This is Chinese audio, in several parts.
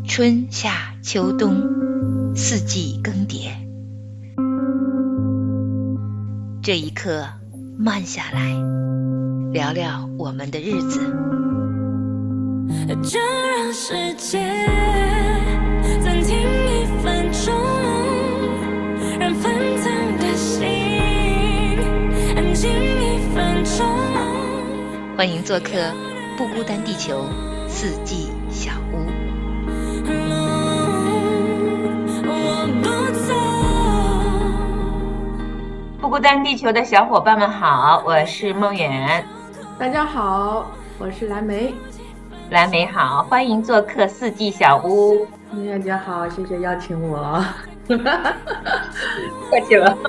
春夏秋冬，四季更迭。这一刻慢下来，聊聊我们的日子。 就让世界暂停1分钟，让纷腾的心安静1分钟。 欢迎做客不孤单地球四季小屋。不孤单地球的小伙伴们好，我是梦远。 大家好，我是蓝莓。 蓝莓好，欢迎做客四季小屋。 大家好，谢谢邀请我。 客气了。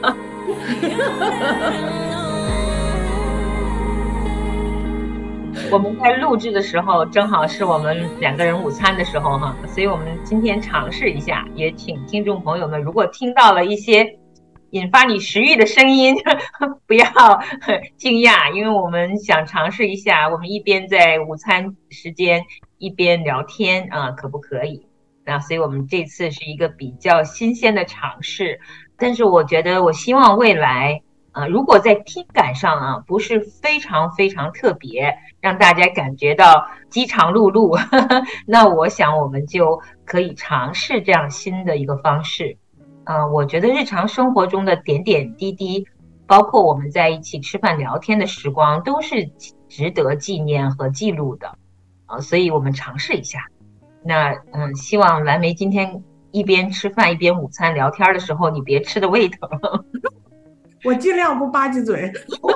我们在录制的时候正好是我们2个人午餐的时候哈，所以我们今天尝试一下，也请听众朋友们如果听到了一些引发你食欲的声音不要惊讶，因为我们想尝试一下我们一边在午餐时间一边聊天可不可以。那所以我们这次是一个比较新鲜的尝试，但是我觉得我希望未来如果在听感上不是非常非常特别，让大家感觉到饥肠辘辘那我想我们就可以尝试这样新的一个方式。我觉得日常生活中的点点滴滴，包括我们在一起吃饭聊天的时光，都是值得纪念和记录的所以我们尝试一下。那希望蓝莓今天一边吃饭一边午餐聊天的时候，你别吃的胃疼我尽量不吧唧嘴。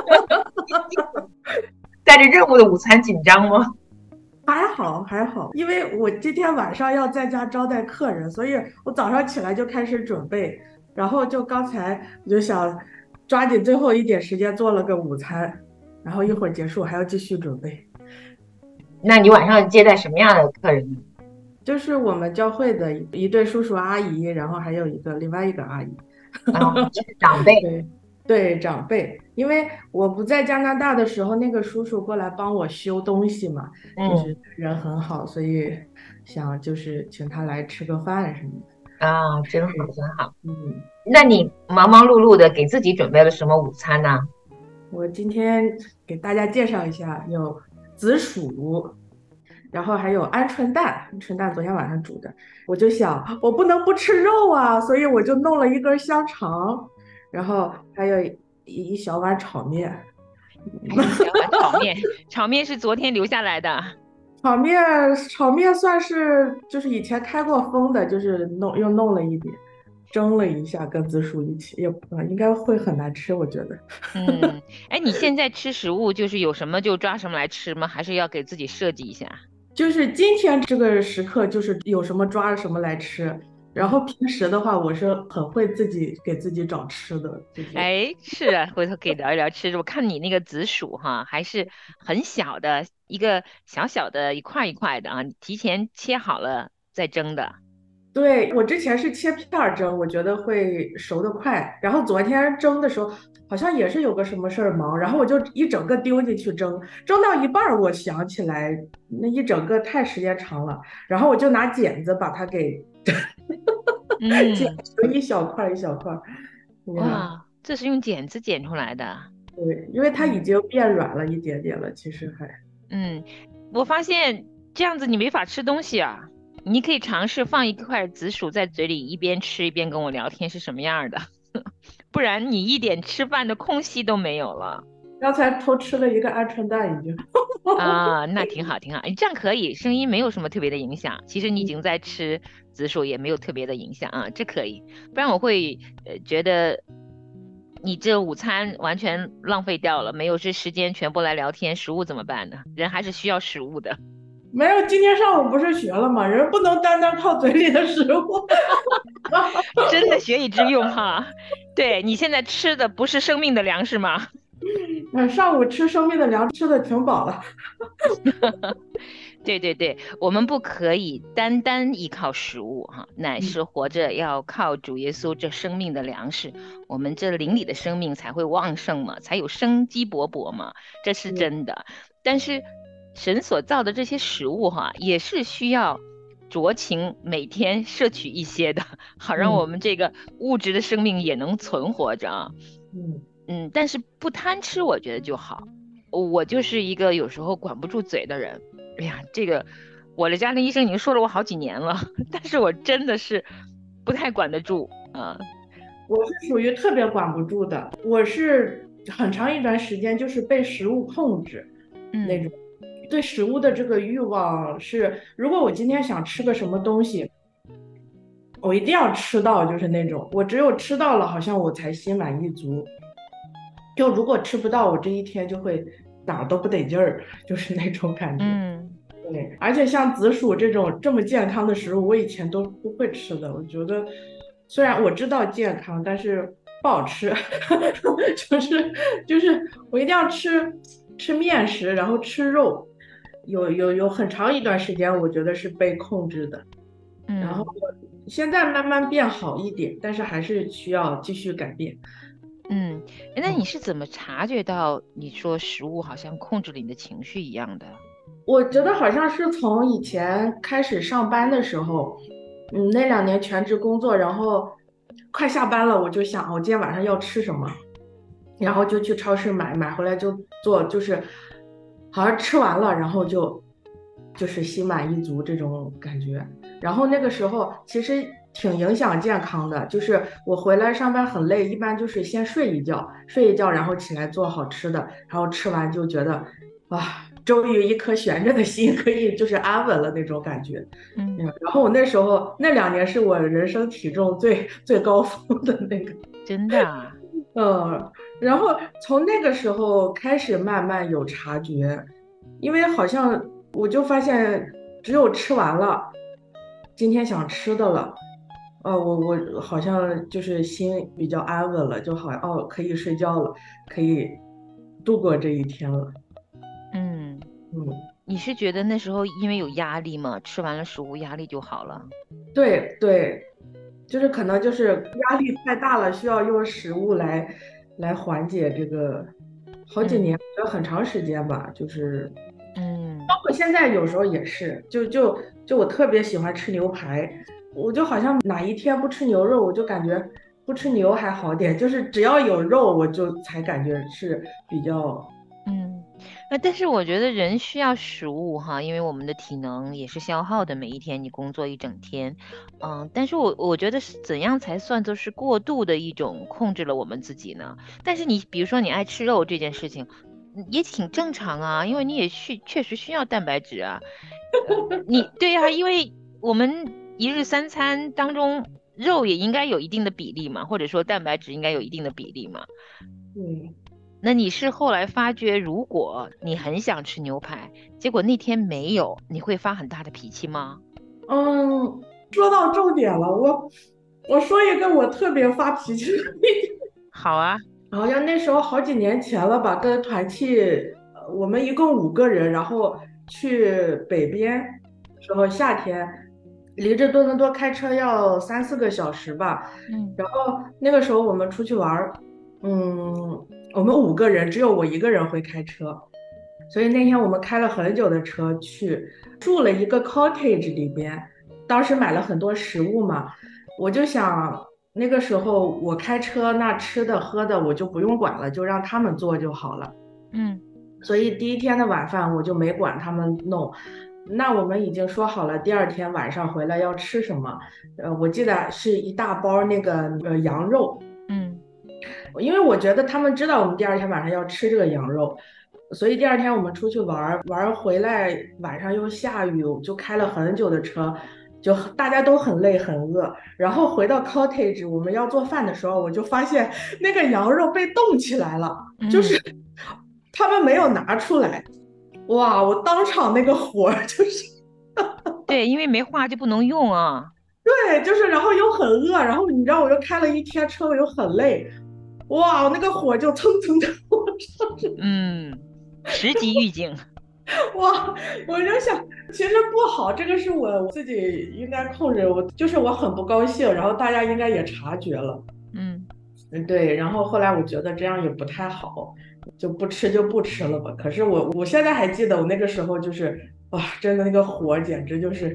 带着任务的午餐紧张吗？ 还好，因为我今天晚上要在家招待客人，所以我早上起来就开始准备，然后就刚才我就想抓紧最后一点时间做了个午餐，然后一会儿结束还要继续准备。 那你晚上接待什么样的客人呢？ 就是我们教会的一对叔叔阿姨，然后还有另外一个阿姨就是长辈。 对长辈，因为我不在加拿大的时候，那个叔叔过来帮我修东西嘛，就是人很好，所以想就是请他来吃个饭什么的真好真好。那你忙忙碌碌的给自己准备了什么午餐呢？ 我今天给大家介绍一下，有紫薯，然后还有鹌鹑蛋昨天晚上煮的。我就想我不能不吃肉啊，所以我就弄了一根香肠，然后还有一小碗炒面。 炒面是昨天留下来的。 炒面算是就是以前开过封的，就是又弄了一点，蒸了一下，跟紫薯一起，也应该会很难吃，我觉得。 你现在吃食物就是有什么就抓什么来吃吗？还是要给自己设计一下？ 就是今天这个时刻就是有什么抓什么来吃，然后平时的话我是很会自己给自己找吃的。 是啊，回头可以聊一聊吃。我看你那个紫薯还是很小的一个小小的一块一块的你提前切好了再蒸的。 对，我之前是切片蒸，我觉得会熟得快，然后昨天蒸的时候好像也是有个什么事儿忙，然后我就一整个丢进去蒸到一半我想起来那一整个太时间长了，然后我就拿剪子把它给剪成一小块一小块。 哇，这是用剪子剪出来的。 对，因为它已经变软了一点点了，其实还我发现这样子你没法吃东西啊。你可以尝试放一块紫薯在嘴里，一边吃一边跟我聊天是什么样的不然你一点吃饭的空隙都没有了。 刚才偷吃了一个鹌鹑蛋已经那挺好挺好，这样可以，声音没有什么特别的影响，其实你已经在吃紫薯也没有特别的影响这可以。不然我会觉得你这午餐完全浪费掉了，没有这时间全部来聊天，食物怎么办呢？人还是需要食物的。 没有，今天上午不是学了吗？人不能单单靠嘴里的食物真的学以致用哈。对，你现在吃的不是生命的粮食吗？ 上午吃生命的粮吃的挺饱了对对对，我们不可以单单依靠食物乃是活着要靠主耶稣这生命的粮食，我们这灵里的生命才会旺盛嘛，才有生机勃勃嘛，这是真的。但是神所造的这些食物也是需要酌情每天摄取一些的，好让我们这个物质的生命也能存活着啊。但是不贪吃，我觉得就好。我就是一个有时候管不住嘴的人。哎呀，这个我的家庭医生已经说了我好几年了，但是我真的是不太管得住啊。 我是属于特别管不住的，我是很长一段时间就是被食物控制那种，对食物的这个欲望是，如果我今天想吃个什么东西，我一定要吃到，就是那种，我只有吃到了，好像我才心满意足。就如果吃不到，我这一天就会哪儿都不得劲儿，就是那种感觉。对，而且像紫薯这种这么健康的食物，我以前都不会吃的。我觉得虽然我知道健康，但是不好吃，就是我一定要吃面食，然后吃肉。有很长一段时间，我觉得是被控制的。然后现在慢慢变好一点，但是还是需要继续改变。 那你是怎么察觉到你说食物好像控制了你的情绪一样的？ 我觉得好像是从以前开始上班的时候，那2年全职工作，然后快下班了，我就想，我今天晚上要吃什么，然后就去超市买回来就做，就是好像吃完了，然后就是心满意足这种感觉。然后那个时候其实挺影响健康的，就是我回来上班很累，一般就是先睡一觉，然后起来做好吃的，然后吃完就觉得，哇，终于一颗悬着的心可以就是安稳了那种感觉。然后我那时候那2年是我人生体重最高峰的那个， 真的啊？ 然后从那个时候开始慢慢有察觉，因为好像我就发现只有吃完了今天想吃的了，我好像就是心比较安稳了，就好像可以睡觉了，可以度过这一天了。 你是觉得那时候因为有压力吗？吃完了食物压力就好了？ 对对，就是可能就是压力太大了，需要用食物来缓解这个。好几年，有很长时间吧，就是包括现在有时候也是，就我特别喜欢吃牛排，我就好像哪一天不吃牛肉，我就感觉不吃牛还好点，就是只要有肉，我就才感觉是比较。 但是我觉得人需要食物哈，因为我们的体能也是消耗的，每一天你工作一整天，但是我觉得是怎样才算作是过度的一种控制了我们自己呢？但是你比如说你爱吃肉这件事情，也挺正常啊，因为你也确实需要蛋白质啊，对呀，因为我们一日三餐当中肉也应该有一定的比例嘛，或者说蛋白质应该有一定的比例嘛。那你是后来发觉，如果你很想吃牛排，结果那天没有，你会发很大的脾气吗？ 说到重点了，我说一个我特别发脾气的例子。 好啊。 好像那时候好几年前了吧，跟团契，我们一共5个人，然后去北边，时候夏天，离着多伦多开车要3、4个小时吧。然后那个时候我们出去玩儿，我们5个人，只有我一个人会开车，所以那天我们开了很久的车去住了一个 cottage 里边，当时买了很多食物嘛，我就想那个时候我开车，那吃的喝的我就不用管了，就让他们做就好了。所以第一天的晚饭我就没管他们弄。那我们已经说好了，第2天晚上回来要吃什么？我记得是一大包那个羊肉。因为我觉得他们知道我们第2天晚上要吃这个羊肉，所以第2天我们出去玩回来，晚上又下雨，就开了很久的车，就大家都很累很饿。然后回到 cottage 我们要做饭的时候，我就发现那个羊肉被冻起来了，就是他们没有拿出来。哇，我当场那个火就是对，因为没化就不能用啊。 对，就是然后又很饿，然后你知道我又开了一天车，我又很累。哇，我那个火就蹭蹭的往上去。 十级预警。 哇，我就想，其实不好，这个是我自己应该控制，我很不高兴，然后大家应该也察觉了。对，然后后来我觉得这样也不太好，就不吃就不吃了吧。可是我现在还记得我那个时候就是，哇，真的那个火简直就是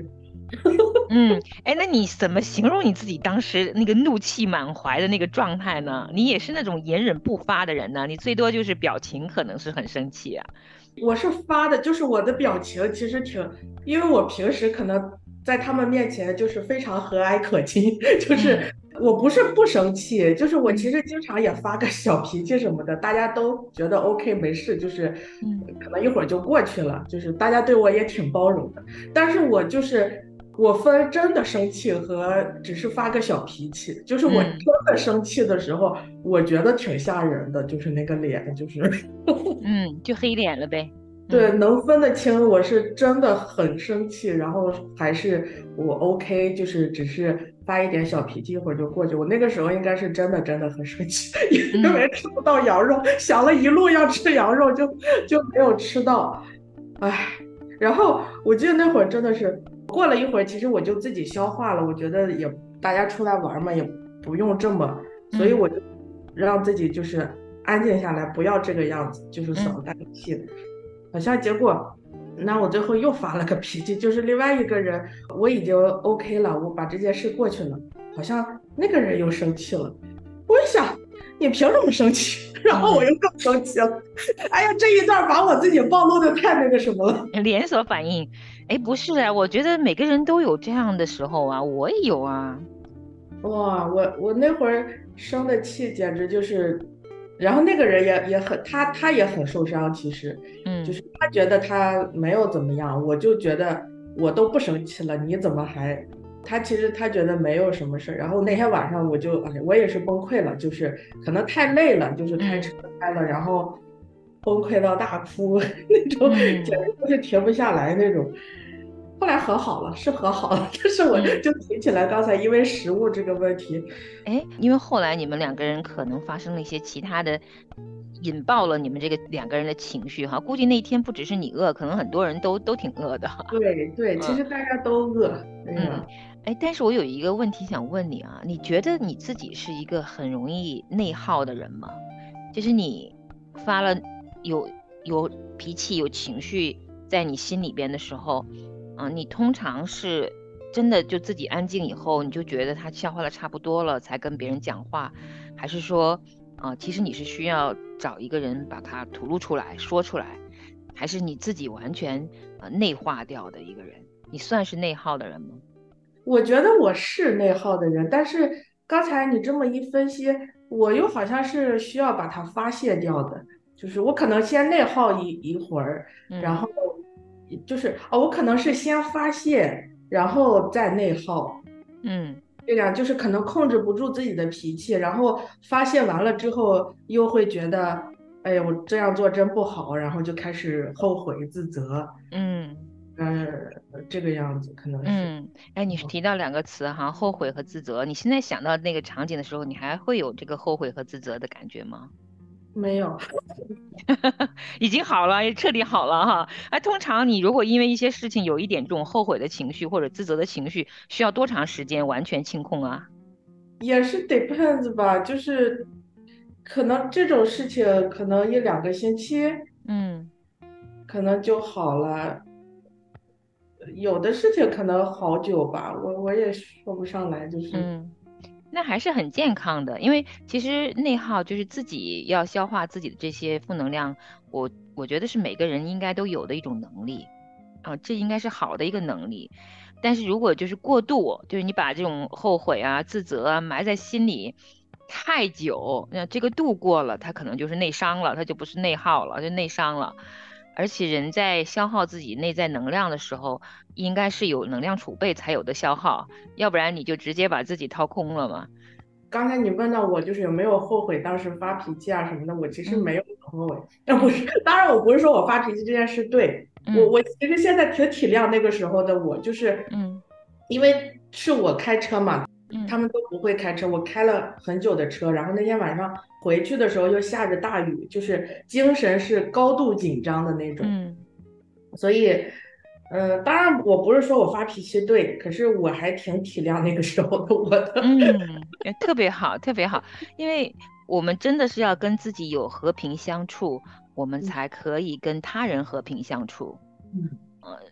哎，那你怎么形容你自己当时那个怒气满怀的那个状态呢？你也是那种隐忍不发的人呢？你最多就是表情可能是很生气啊。 我是发的，就是我的表情其实挺，因为我平时可能在他们面前就是非常和蔼可亲，就是嗯我不是不生气，就是我其嗯实经常也发个小脾气什么的，大家都觉得 OK 没事，就是嗯可能一会儿就过去了，就是大家对我也挺包容的。但是我就是我分真的生气和只是发个小脾气，就是我真嗯的生气的时候，我觉得挺吓人的，就是那个脸，就是。 就黑脸了呗。 对， 嗯能分得清我是真的很生气，然后还是我 OK，就是只是发一点小脾气，一会儿就过去。我那个时候应该是真的很生气，因嗯为吃不到羊肉，想了一路要吃羊肉，就没有吃到，唉。然后我记得那会儿真的是过了一会儿，其实我就自己消化了。我觉得也大家出来玩嘛，也不用这么，所以嗯我就让自己就是安静下来，不要这个样子，就是嗯少干气。好像结果，那我最后又发了个脾气，就是另外一个人我已经 OK 了，我把这件事过去了，好像那个人又生气了。我一想，你凭什么生气？然后我嗯， 又更生气了。哎呀，这一段把我自己暴露的太那个什么了。 连锁反应。哎，不是啊，我觉得每个人都有这样的时候啊，我也有啊。 哇，我那会儿生的气简直就是，然后那个人也很，他也很受伤，其实就嗯是他觉得他没有怎么样，我就觉得我都不生气了，你怎么还？他其实他觉得没有什么事儿，然后那天晚上我就，哎，我也是崩溃了，就是可能太累了，就是开车嗯开了，然后崩溃到大哭那种，简嗯直就是停不下来那种。后来和好了，是和好了，但是我嗯。 就提起来刚才因为食物这个问题， 哎，因为后来你们两个人可能发生了一些其他的，引爆了你们这个两个人的情绪哈。估计那天不只是你饿，可能很多人都挺饿的哈。 对对，其嗯实大家都饿，哎嗯， 呀， 哎，但是我有一个问题想问你啊，你觉得你自己是一个很容易内耗的人吗？就是你发了有有脾气、有情绪在你心里边的时候，你通常是真的就自己安静以后，你就觉得他消化的差不多了，才跟别人讲话，还是说，其实你是需要找一个人把它吐露出来、说出来，还是你自己完全内化掉的一个人？你算是内耗的人吗？ 我觉得我是内耗的人，但是刚才你这么一分析，我又好像是需要把它发泄掉的，就是我可能先内耗一会儿，然嗯后就是哦，我可能是先发泄，然后再内耗， 嗯这样就是可能控制不住自己的脾气，然后发泄完了之后又会觉得，哎呀，我这样做真不好，然后就开始后悔自责， 嗯这个样子可能是。 嗯，哎，你是提到两个词哈，后悔和自责。你现在想到那个场景的时候，你还会有这个后悔和自责的感觉吗？ 没有， 已经好了，也彻底好了哈。哎，通常你如果因为一些事情有一点这种后悔的情绪或者自责的情绪，需要多长时间完全清空啊？ 也是 depends 吧，就是可能这种事情可能一两个星期嗯。 可能就好了，有的事情可能好久吧，我也说不上来，就是嗯，那还是很健康的，因为其实内耗就是自己要消化自己的这些负能量，我觉得是每个人应该都有的一种能力这应该是好的一个能力。但是如果就是过度，就是你把这种后悔啊、自责啊埋在心里太久，那这个度过了，它可能就是内伤了，它就不是内耗了，就内伤了。而且人在消耗自己内在能量的时候，应该是有能量储备才有的消耗。要不然你就直接把自己掏空了嘛。 刚才你问到我就是有没有后悔当时发脾气啊什么的，我其实嗯没有后悔，那不嗯是，当然我不是说我发脾气这件事对，我嗯我其实现在挺体谅那个时候的我，就是嗯因为是我开车嘛，他嗯们都不会开车，我开了很久的车，然后那天晚上回去的时候又下着大雨，就是精神是高度紧张的那种， 嗯所以，当然我不是说我发脾气对，可是我还挺体谅那个时候的我的。 特别好，特别好，因为我们真的是要跟自己有和平相处，我们才可以跟他人和平相处。 嗯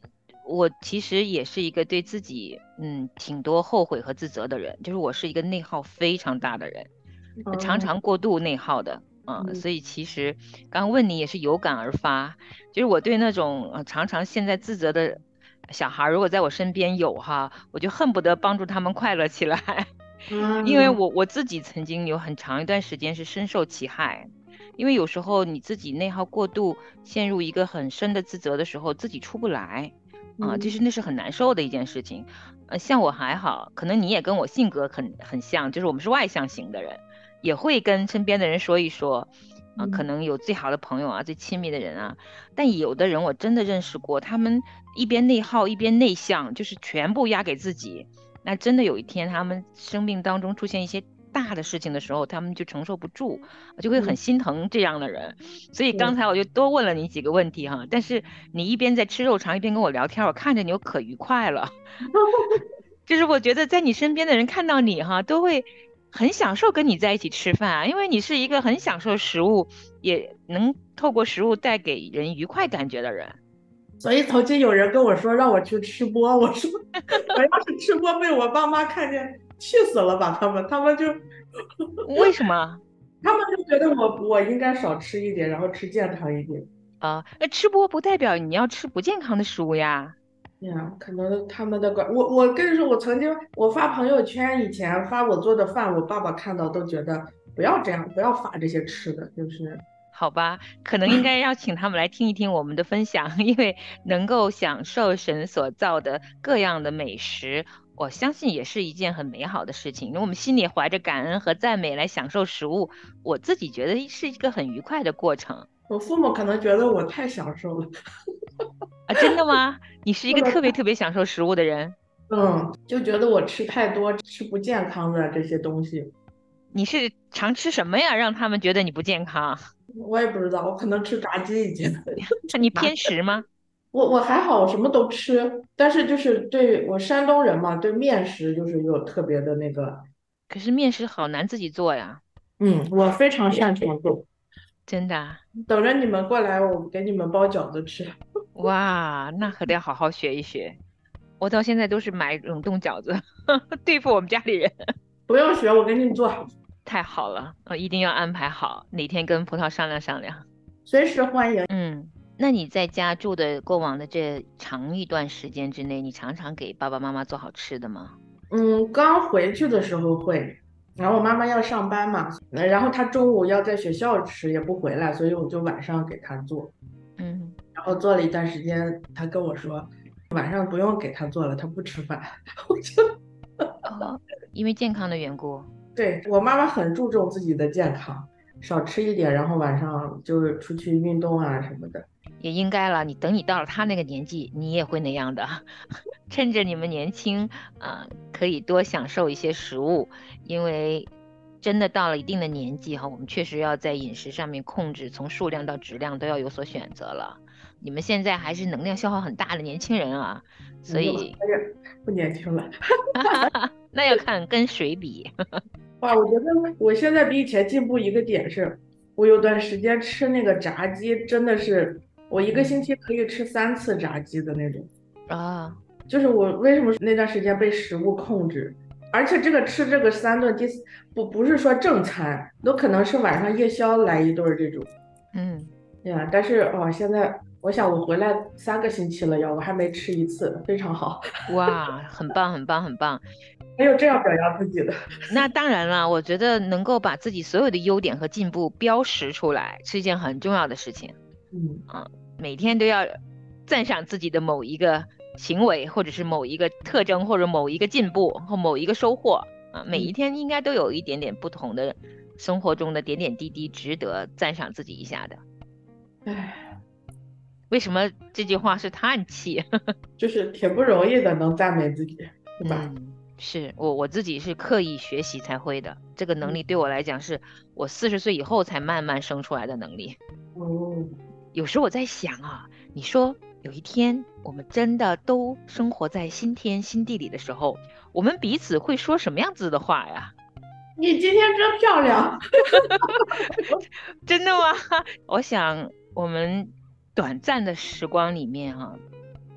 我其实也是一个对自己挺多后悔和自责的人，就是我是一个内耗非常大的人，常哦， 常过度内耗的。 嗯所以其实刚问你也是有感而发，就是我对那种常常陷在自责的小孩儿，如果在我身边有哈，我就恨不得帮助他们快乐起来。因为啊， 我自己曾经有很长一段时间是深受其害，因为有时候你自己内耗过度，陷入一个很深的自责的时候，自己出不来其嗯实那是很难受的一件事情。像我还好，可能你也跟我性格很像，就是我们是外向型的人，也会跟身边的人说一说。可嗯能有最好的朋友啊，最亲密的人啊，但有的人我真的认识过，他们一边内耗一边内向，就是全部压给自己。那真的有一天他们生命当中出现一些大的事情的时候，他们就承受不住，就会很嗯， 心疼这样的人。所以刚对， 才我就多问了你几个问题哈，但是你一边在吃肉肠，一边跟我聊天，我看着你又可愉快了。就是我觉得在你身边的人看到你哈，都会很享受跟你在一起吃饭啊，因为你是一个很享受食物，也能透过食物带给人愉快感觉的人。 所以曾经有人跟我说让我去吃播，我说我要是吃播被我爸妈看见，气死了吧为什么？ 他们就觉得我应该少吃一点，然后吃健康一点。 那吃播不代表你要吃不健康的食物呀。 呀，可能他们的我跟你说，我曾经我发朋友圈以前发我做的饭，我爸爸看到都觉得不要这样，不要发这些吃的，就是好吧，可能应该邀请他们来听一听我们的分享，因为能够享受神所造的各样的美食，我相信也是一件很美好的事情。如果我们心里怀着感恩和赞美来享受食物，我自己觉得是一个很愉快的过程我父母可能觉得我太享受了， 啊！真的吗？你是一个特别做的太特别享受食物的人， 就觉得我吃太多，吃不健康的这些东西， 你是常吃什么呀？让他们觉得你不健康？ 我也不知道，我可能吃炸鸡已经。 那你偏食吗？ 我还好，我什么都吃，但是就是对我山东人嘛，对面食就是有特别的那个， 可是面食好难自己做呀， 我非常擅长做。 真的啊。 等着你们过来，我给你们包饺子吃。 哇，那可得好好学一学。我到现在都是买冷冻饺子对付我们家里人。 不用学，我给你做， 太好了，一定要安排好，哪天跟葡萄商量商量。 随时欢迎。 嗯，那你在家住的过往的这长一段时间之内，你常常给爸爸妈妈做好吃的吗？ 刚回去的时候会，然后我妈妈要上班嘛，然后她中午要在学校吃，也不回来，所以我就晚上给她做。 嗯， 然后做了一段时间，她跟我说，晚上不用给她做了，她不吃饭。我就因为健康的缘故。 对，我妈妈很注重自己的健康，少吃一点，然后晚上就出去运动啊什么的。 也应该了，等你到了他那个年纪，你也会那样的。趁着你们年轻，可以多享受一些食物，因为真的到了一定的年纪哈，我们确实要在饮食上面控制，从数量到质量都要有所选择了。你们现在还是能量消耗很大的年轻人啊，所我以也不年轻了。 那要看跟谁比。 哇，我觉得我现在比以前进步一个点是，我有段时间吃那个炸鸡，真的是我一个星期可以吃3次炸鸡的那种。 啊， 就是我为什么那段时间被食物控制，而且吃这个3顿，不是说正餐，都可能是晚上夜宵来一顿这种。 嗯。 对呀，但是现在我想我回来3个星期了要，我还没吃一次，非常好。 哇，很棒，很棒，很棒。 没有这样表扬自己的。 那当然了，我觉得能够把自己所有的优点和进步标识出来，是一件很重要的事情。 嗯， 每天都要赞赏自己的某一个行为，或者是某一个特征，或者某一个进步，或某一个收获每一天应该都有一点点不同的生活中的点点滴滴，值得赞赏自己一下的。 唉， 为什么这句话是叹气？ 就是挺不容易的，能赞美自己，对吧？ 是我自己是刻意学习才会的，这个能力对我来讲是我40岁以后才慢慢生出来的能力。 哦， 有时候我在想你说有一天我们真的都生活在新天新地里的时候，我们彼此会说什么样子的话呀？ 你今天真漂亮。 真的吗？我想我们短暂的时光里面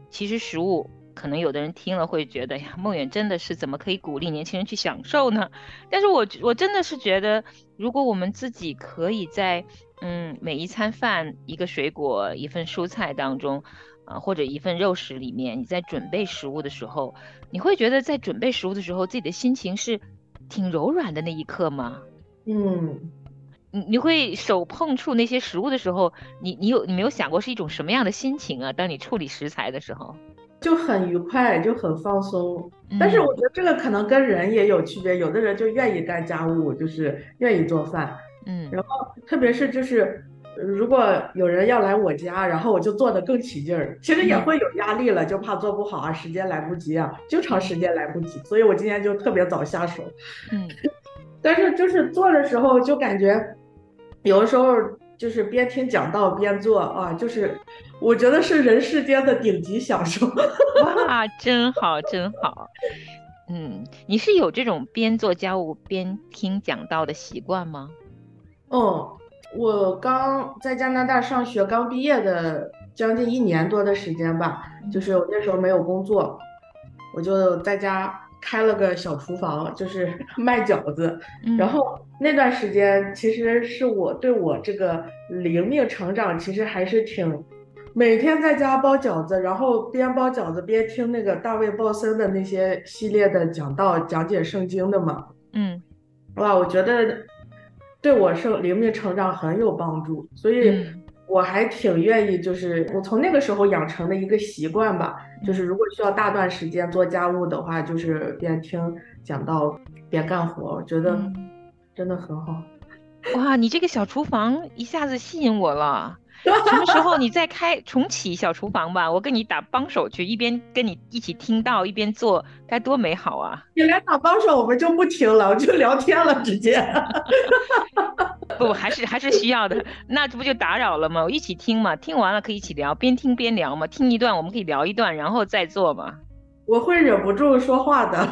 其实食物可能有的人听了会觉得呀，梦远真的是怎么可以鼓励年轻人去享受呢？但是我真的是觉得，如果我们自己可以在每一餐饭、一个水果、一份蔬菜当中，或者一份肉食里面，你在准备食物的时候，你会觉得在准备食物的时候，自己的心情是挺柔软的那一刻吗？ 嗯。 你会手碰触那些食物的时候，你没有想过是一种什么样的心情啊？当你处理食材的时候， 就很愉快，就很放松。但是我嗯觉得这个可能跟人也有区别，有的人就愿意干家务，就是愿意做饭， 嗯然后特别是就是如果有人要来我家，然后我就做的更起劲儿，其实也嗯会有压力了，就怕做不好啊，时间来不及啊，经常嗯时间来不及，所以我今天就特别早下手。 嗯但是就是做的时候就感觉，有的时候就是边听讲道边做啊，就是我觉得是人世间的顶级享受。 哇，真好真好。你是有这种边做家务边听讲道的习惯吗？ 嗯，我刚在加拿大上学，刚毕业的将近1年多的时间吧，就嗯是我那时候没有工作，我就在家开了个小厨房，就是卖饺子。然嗯后那段时间，其实是我对我这个灵命成长，其实还是挺，每天在家包饺子，然后边包饺子边听那个大卫鲍森的那些系列的讲道、讲解圣经的嘛。 嗯哇，我觉得对我灵命成长很有帮助，所以嗯我还挺愿意，就是我从那个时候养成的一个习惯吧，就是嗯如果需要大段时间做家务的话，就是边听讲道边干活，我觉得嗯， 真的很好。 哇，你这个小厨房一下子吸引我了。什么时候你再重启小厨房吧？我跟你打帮手去，一边跟你一起听到，一边做，该多美好啊！ 你来打帮手，我们就不听了，我就聊天了，直接。 不，还是需要的。那这不就打扰了吗？我一起听嘛，听完了可以一起聊，边听边聊嘛。听一段我们可以聊一段，然后再做嘛。 我会忍不住说话的。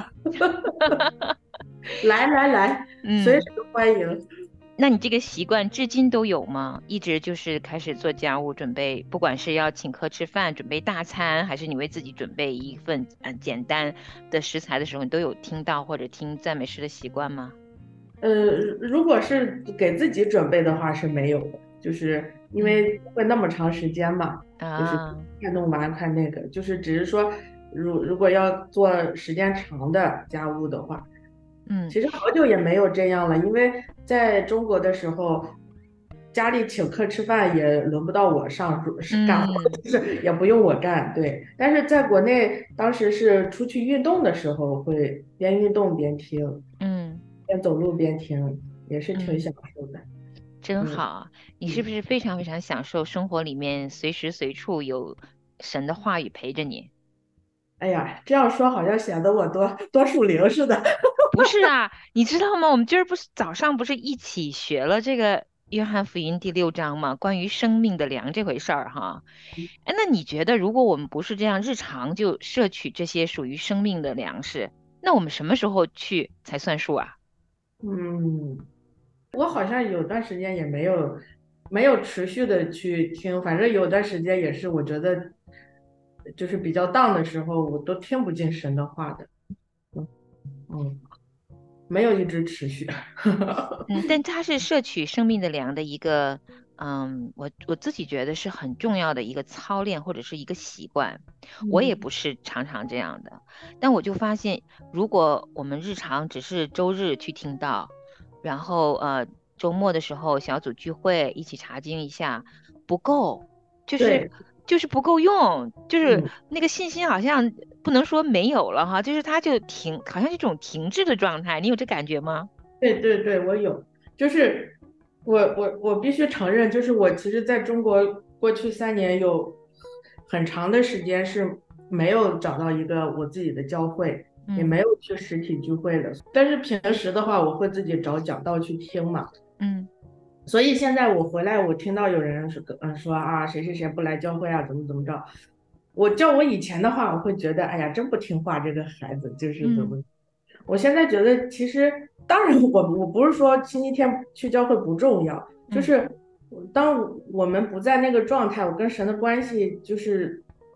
来来来，随嗯， 时欢迎。 那你这个习惯至今都有吗？一直就是开始做家务，准备，不管是要请客吃饭，准备大餐，还是你为自己准备一份简单的食材的时候，你都有听到或者听赞美诗的习惯吗？ 如果是给自己准备的话是没有的，就是因嗯为会那么长时间嘛，就是啊， 快弄完快那个，就是只是说，如果要做时间长的家务的话， 嗯其实好久也没有这样了，因为在中国的时候，家里请客吃饭也轮不到我上桌是干活， 嗯就是也不用我干，对。但是在国内，当时是出去运动的时候，会边运动边听。 嗯边走路边听，也是挺嗯。 享受的。嗯真好，你是不嗯， 是非常非常享受生活里面随时随处有神的话语陪着你？ 哎呀，这样说好像显得我多属灵似的。 不是啊，你知道吗？我们今儿不是早上不是一起学了这个约翰福音第6章吗？关于生命的粮这回事儿哈。哎，那你觉得如果我们不是这样日常就摄取这些属于生命的粮食，那我们什么时候去才算数啊？ 嗯，我好像有段时间也没有持续的去听，反正有段时间也是，我觉得就是比较荡的时候，我都听不进神的话的。嗯嗯，没有一直持续。 但它是摄取生命的粮的一个，我自己觉得是很重要的一个操练或者是一个习惯。我也嗯， 不是常常这样的，但我就发现，如果我们日常只是周日去听到，然后周末的时候小组聚会一起查经一下，不够，就是对， 就是不够用，就是嗯。 那个信心好像不能说没有了哈，就是它就好像这种停滞的状态，你有这感觉吗？ 对对对，我有，就是我必须承认，就是我其实在中国过去3年有很长的时间是没有找到一个我自己的教会，也嗯没有去实体聚会的。但是平时的话，我会自己找讲道去听嘛。 嗯。 所以现在我回来，我听到有人说啊谁谁谁不来教会啊，怎么着，我以前的话，我会觉得哎呀真不听话，这个孩子就是怎嗯么。我现在觉得，其实当然我不是说星期天去教会不重要，就嗯是当我们不在那个状态，我跟神的关系就是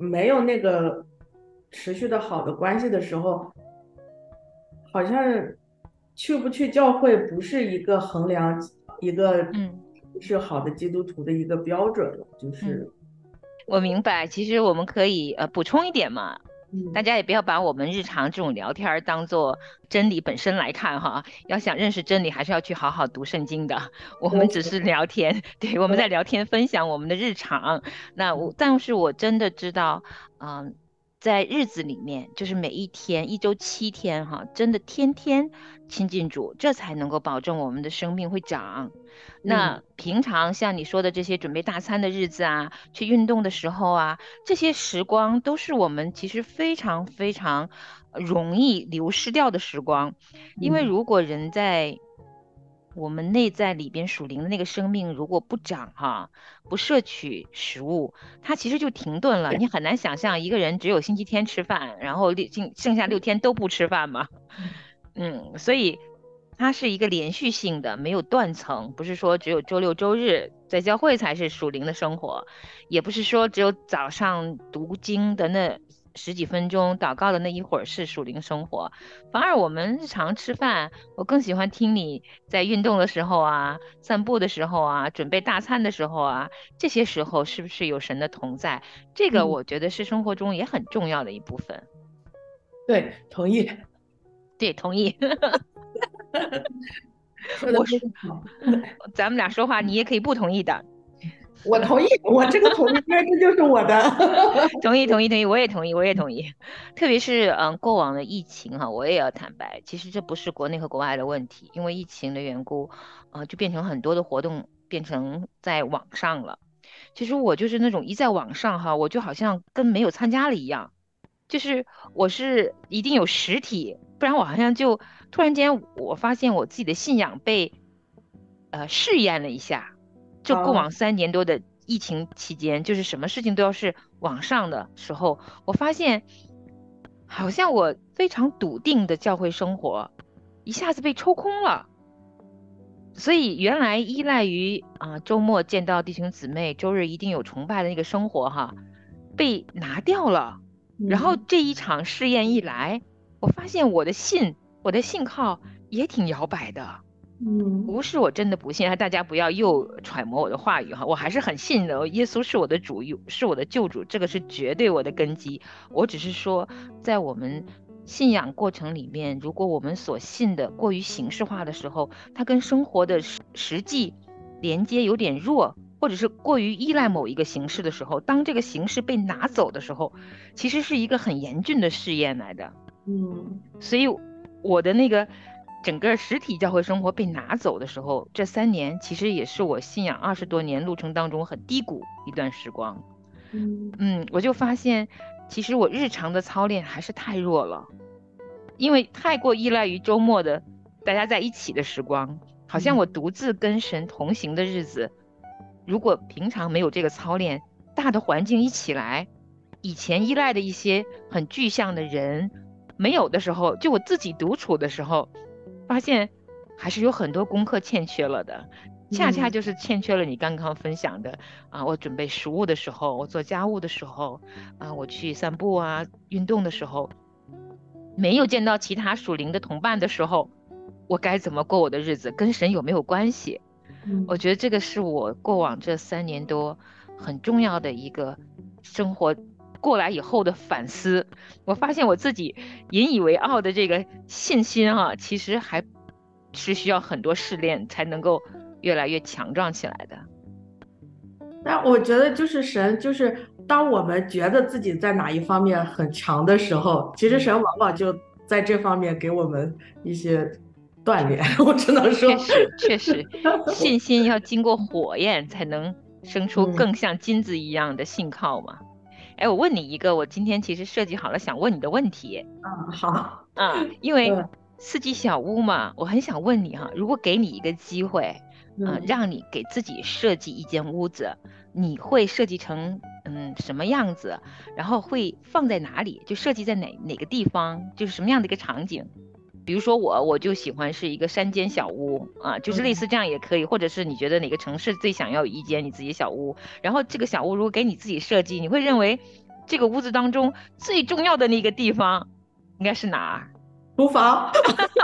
没有那个持续的好的关系的时候，好像去不去教会不是一个衡量一个是好的基督徒的一个标准了，就是我明白。其实我们可以补充一点嘛，大嗯家也不要把我们日常这种聊天儿当做真理本身来看哈。要想认识真理，还是要去好好读圣经的。我们只是聊天，对，我们在聊天分享我们的日常。但是我真的知道，在日子里面，就是每一天，一周7天哈，真的天天亲近主，这才能够保证我们的生命会长。那平常像你说的这些准备大餐的日子啊，去运动的时候啊，这些时光都是我们其实非常非常容易流失掉的时光。因为如果人在我们内在里边属灵的那个生命如果不长哈，不摄取食物，它其实就停顿了。你很难想象一个人只有星期天吃饭，然后剩下6天都不吃饭嘛。所以它是一个连续性的，没有断层，不是说只有周六周日在教会才是属灵的生活，也不是说只有早上读经的那十几分钟祷告的那一会儿是属灵生活。反而我们日常吃饭，我更喜欢听你在运动的时候啊，散步的时候啊，准备大餐的时候啊，这些时候是不是有神的同在？这个我觉得是生活中也很重要的一部分。 对，同意。 对，同意。 说的非常好。 咱们俩说话，你也可以不同意的。 我同意，我这个同意，因为这就是我的。 同意，同意，同意，我也同意，我也同意。特别是过往的疫情哈，我也要坦白，其实这不是国内和国外的问题，因为疫情的缘故，就变成很多的活动变成在网上了。其实我就是那种一在网上哈，我就好像跟没有参加了一样，就是我是一定有实体，不然我好像就突然间我发现我自己的信仰被试验了一下。就过往3年多的疫情期间，就是什么事情都要是网上的时候，我发现好像我非常笃定的教会生活一下子被抽空了。所以原来依赖于周末见到弟兄姊妹，周日一定有崇拜的那个生活哈，被拿掉了。然后这一场试验一来，我发现我的信靠也挺摇摆的。不是我真的不信，大家不要又揣摩我的话语哈，我还是很信的，耶稣是我的主，是我的救主，这个是绝对我的根基。我只是说，在我们信仰过程里面，如果我们所信的过于形式化的时候，它跟生活的实际连接有点弱，或者是过于依赖某一个形式的时候，当这个形式被拿走的时候，其实是一个很严峻的试验来的。所以我的那个整个实体教会生活被拿走的时候，这3年其实也是我信仰20多年路程当中很低谷一段时光。我就发现其实我日常的操练还是太弱了，因为太过依赖于周末的大家在一起的时光，好像我独自跟神同行的日子，如果平常没有这个操练，大的环境一起来，以前依赖的一些很具象的人没有的时候，就我自己独处的时候，发现还是有很多功课欠缺了的。恰恰就是欠缺了你刚刚分享的我准备食物的时候，我做家务的时候我去散步啊运动的时候，没有见到其他属灵的同伴的时候，我该怎么过我的日子，跟神有没有关系？我觉得这个是我过往这3年多很重要的一个生活过来以后的反思。我发现我自己引以为傲的这个信心其实还是需要很多试炼才能够越来越强壮起来的。 但我觉得就是神，就是当我们觉得自己在哪一方面很强的时候，其实神往往就在这方面给我们一些锻炼。我只能说， 确实，信心要经过火焰才能生出更像金子一样的信靠嘛。我问你一个，我今天其实设计好了想问你的问题。 好。 因为4季小屋嘛，我很想问你如果给你一个机会，让你给自己设计一间屋子，你会设计成什么样子？然后会放在哪里？就设计在哪个地方？就是什么样的一个场景？比如说我就喜欢是一个山间小屋就是类似这样也可以，或者是你觉得哪个城市最想要有一间你自己小屋，然后这个小屋如果给你自己设计，你会认为这个屋子当中最重要的那个地方应该是哪儿？ 厨房。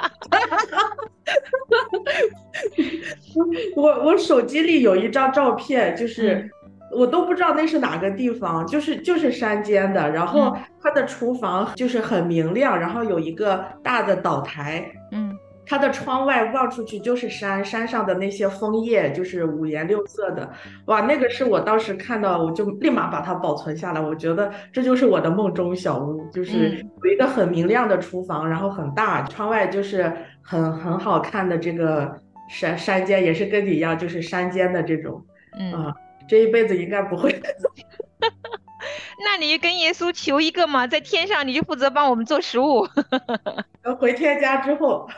我手机里有一张照片，就是我都不知道那是哪个地方，就是山间的，然后它的厨房就是很明亮，然后有一个大的岛台，它的窗外望出去就是山，山上的那些枫叶就是五颜六色的，哇，那个是我当时看到，我就立马把它保存下来。我觉得这就是我的梦中小屋，就是有一个很明亮的厨房，然后很大，窗外就是很好看的这个山间，也是跟你一样，就是山间的这种，这一辈子应该不会。 那你就跟耶稣求一个嘛，在天上你就负责帮我们做食物。 回天家之后。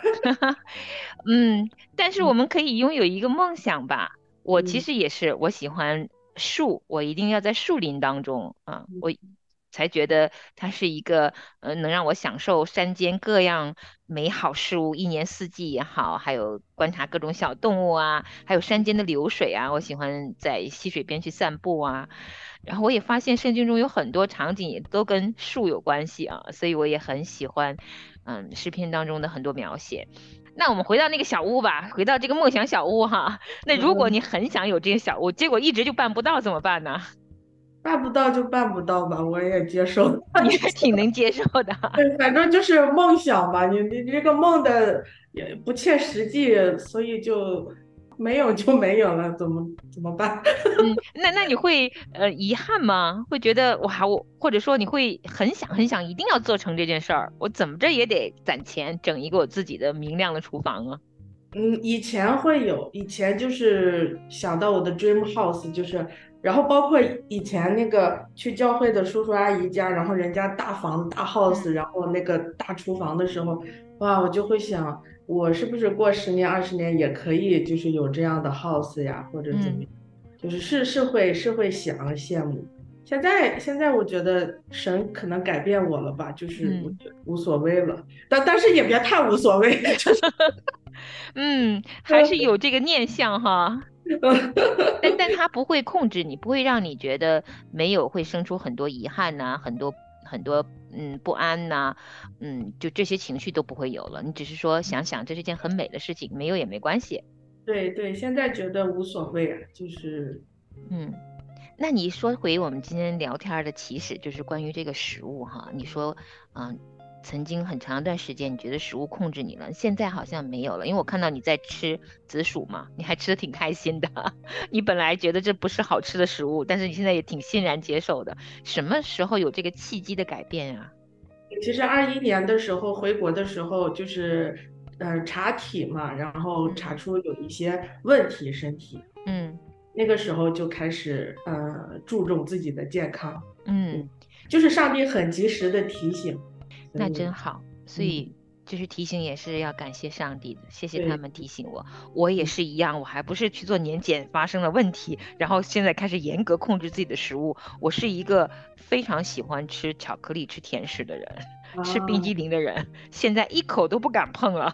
但是我们可以拥有一个梦想吧。我其实也是，我喜欢树，我一定要在树林当中啊，我才觉得它是一个能让我享受山间各样美好事物，一年四季也好，还有观察各种小动物啊，还有山间的流水啊，我喜欢在溪水边去散步啊。然后我也发现圣经中有很多场景也都跟树有关系啊，所以我也很喜欢诗篇当中的很多描写。那我们回到那个小屋吧，回到这个梦想小屋哈。那如果你很想有这个小屋，结果一直就办不到怎么办呢？ 办不到就办不到吧，我也接受。 你还挺能接受的。 对，反正就是梦想吧，你这个梦的也不切实际，所以就没有就没有了，怎么办？ 那你会遗憾吗？会觉得哇，或者说你会很想很想一定要做成这件事儿，我怎么着也得攒钱整一个我自己的明亮的厨房啊。 以前会有，以前就是想到我的 dream house，就是，然后包括以前那个去教会的叔叔阿姨家，然后人家大房大 house，然后那个大厨房的时候，哇，我就会想，我是不是过10年20年也可以，就是有这样的 house 呀，或者怎么样，就是会想羡慕。现在我觉得神可能改变我了吧，就是我觉得无所谓了，但是也别太无所谓，就是。 还是有这个念想哈。但它不会控制你，不会让你觉得没有，会生出很多遗憾呐、很多很多不安呐、就这些情绪都不会有了。你只是说想想这是件很美的事情，没有也没关系。 对对，现在觉得无所谓啊，就是那你说回我们今天聊天的起始，就是关于这个食物哈。你说，曾经很长一段时间你觉得食物控制你了，现在好像没有了，因为我看到你在吃紫薯嘛，你还吃的挺开心的。你本来觉得这不是好吃的食物，但是你现在也挺欣然接受的。什么时候有这个契机的改变啊？ 其实21年的时候回国的时候，就是查体嘛，然后查出有一些问题，身体，那个时候就开始注重自己的健康，就是上帝很及时的提醒， 那真好，所以就是提醒也是要感谢上帝的，谢谢他们提醒我。我也是一样，我还不是去做年检发生了问题，然后现在开始严格控制自己的食物。我是一个非常喜欢吃巧克力、吃甜食的人，吃冰激凌的人，现在一口都不敢碰了。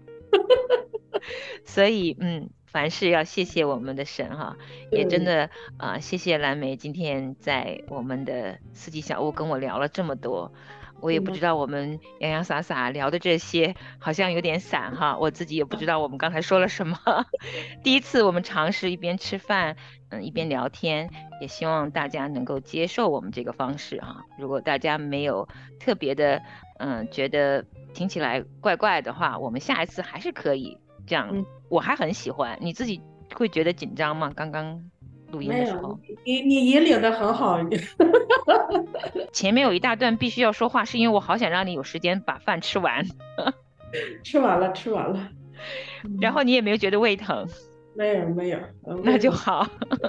所以凡事要谢谢我们的神哈，也真的谢谢蓝莓今天在我们的四季小屋跟我聊了这么多。我也不知道我们洋洋洒洒聊的这些好像有点散哈，我自己也不知道我们刚才说了什么。第一次我们尝试一边吃饭一边聊天，也希望大家能够接受我们这个方式哈。如果大家没有特别的觉得听起来怪怪的话，我们下一次还是可以这样。我还很喜欢。你自己会觉得紧张吗？刚刚录音的时候， 你引领的很好。 前面有一大段必须要说话，是因为我好想让你有时间把饭吃完。 吃完了，吃完了。 然后你也没有觉得胃疼？ 没有。 那就好。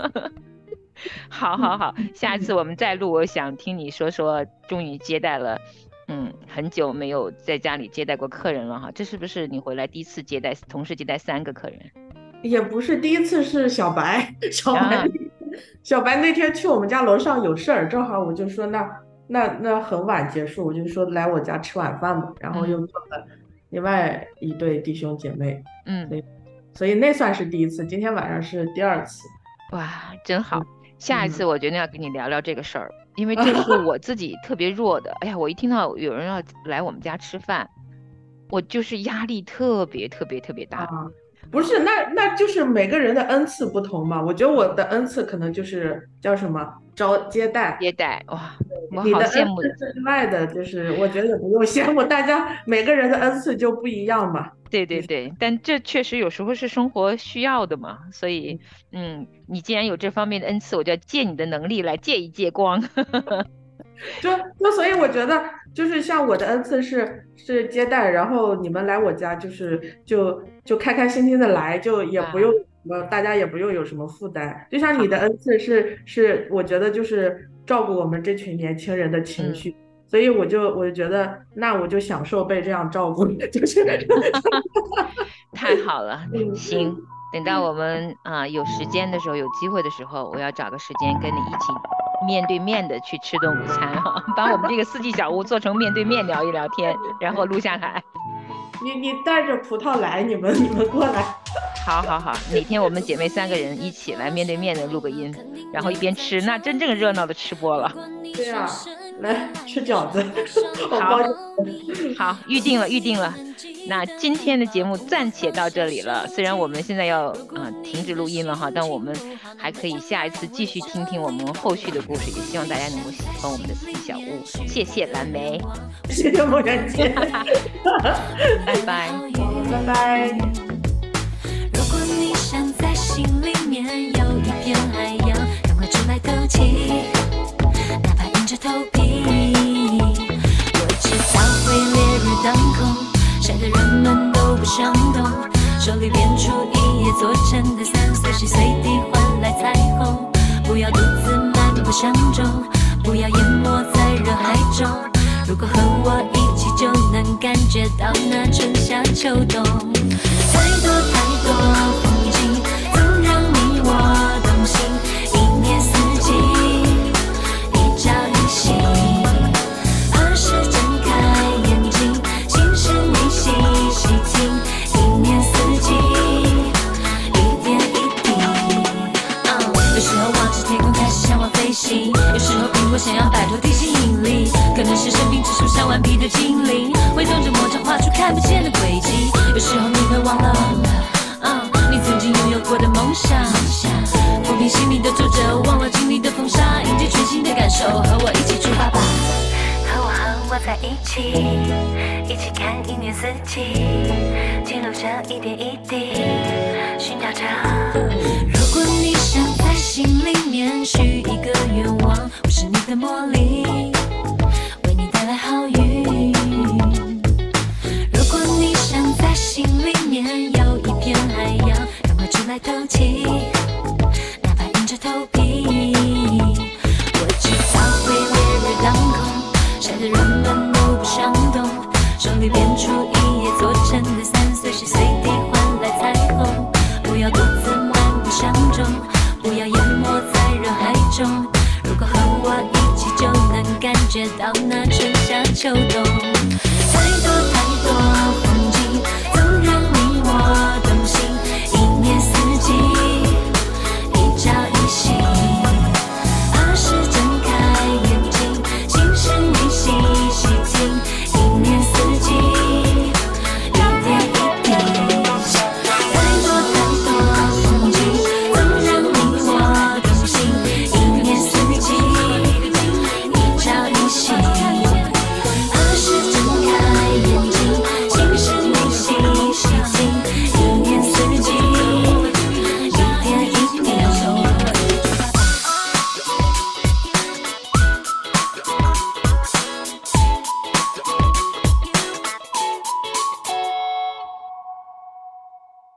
好，下一次我们再录，我想听你说说，终于接待了。很久没有在家里接待过客人了哈，这是不是你回来第一次同时接待3个客人？ 也不是第一次，是小白，小白那天去我们家楼上有事儿，正好我就说那很晚结束，我就说来我家吃晚饭吧，然后又做了另外一对弟兄姐妹，所以那算是第一次，今天晚上是第2次。 哇，真好。下一次我决定要跟你聊聊这个事儿， 因为这是我自己特别弱的。哎呀，我一听到有人要来我们家吃饭，我就是压力特别大。 啊，不是，那就是每个人的恩赐不同嘛。我觉得我的恩赐可能就是叫什么接待， 接待，哇，我你的恩好羡慕。 赐是另外的，就是我觉得也不用羡慕，大家每个人的恩赐就不一样嘛。 对，但这确实有时候是生活需要的嘛，所以，你既然有这方面的恩赐，我就要借你的能力来借一借光。 所以我觉得就是像我的恩赐是接待，然后你们来我家就开开心心的来，就也不用大家也不用有什么负担。就像你的恩赐是我觉得就是照顾我们这群年轻人的情绪。所以我就觉得，那我就享受被这样照顾，就是太好了，行，等到我们有时间的时候，有机会的时候，我要找个时间跟你一起面对面的去吃顿午餐哈，把我们这个四季小屋做成面对面聊一聊天，然后录下来。 你带着葡萄来，你们过来。 好，哪天我们姐妹3个人一起来面对面的录个音，然后一边吃，那真正热闹的吃播了。 对啊，来吃饺子。 好，预定了。那今天的节目暂且到这里了，虽然我们现在要停止录音了哈，但我们还可以下一次继续听听我们后续的故事，也希望大家能够喜欢我们的四季小屋。谢谢蓝莓， 谢谢莫元姐， 拜拜。 拜拜。 如果你想在心里面有一片海洋，赶快出来透气，哪怕硬着头皮。我知道会烈日当空，晒得人们都不想动，手里变出一页做成的伞，随时随地换来彩虹。不要独自漫步相中，不要淹没在人海中。如果和我一起，就能感觉到那春夏秋冬。太多风景，总让你我动心。一年四季，一朝一夕。何时睁开眼睛，心事你细细听。一年四季，一点一滴。有时候望着天空开始向往飞行，有时候苹果想要摆脱地心引力，可能是生命之树上顽皮的精灵，挥动着魔杖画出看不见的轨迹。有时候你会忘了你曾经拥有过的梦想，抚平心里的皱褶，忘了经历的风沙，迎接全新的感受，和我一起出发吧。和我在一起，一起看一年四季，记录着一点一滴，寻找着。如果你想在心里面许一个愿望，我是你的魔力，为你带来好运。如果你想在心里面有一片海洋，赶快出来透气，哪怕硬着头皮。我知道会烈日当空，晒得人们都不想动，手里变出一页做成的伞，随时随地换来彩虹。不要独自漫步相中，不要淹没在人海中。如果和我一起，就能感觉到那春夏秋冬。太多风景，总让你我动心。一年四季，一朝一夕。何时睁开眼睛，心事你细细听。一年四季，一点一滴。太多风景，总让你我动心。一年四季，一朝一夕。何时睁开眼睛，心事你细细听。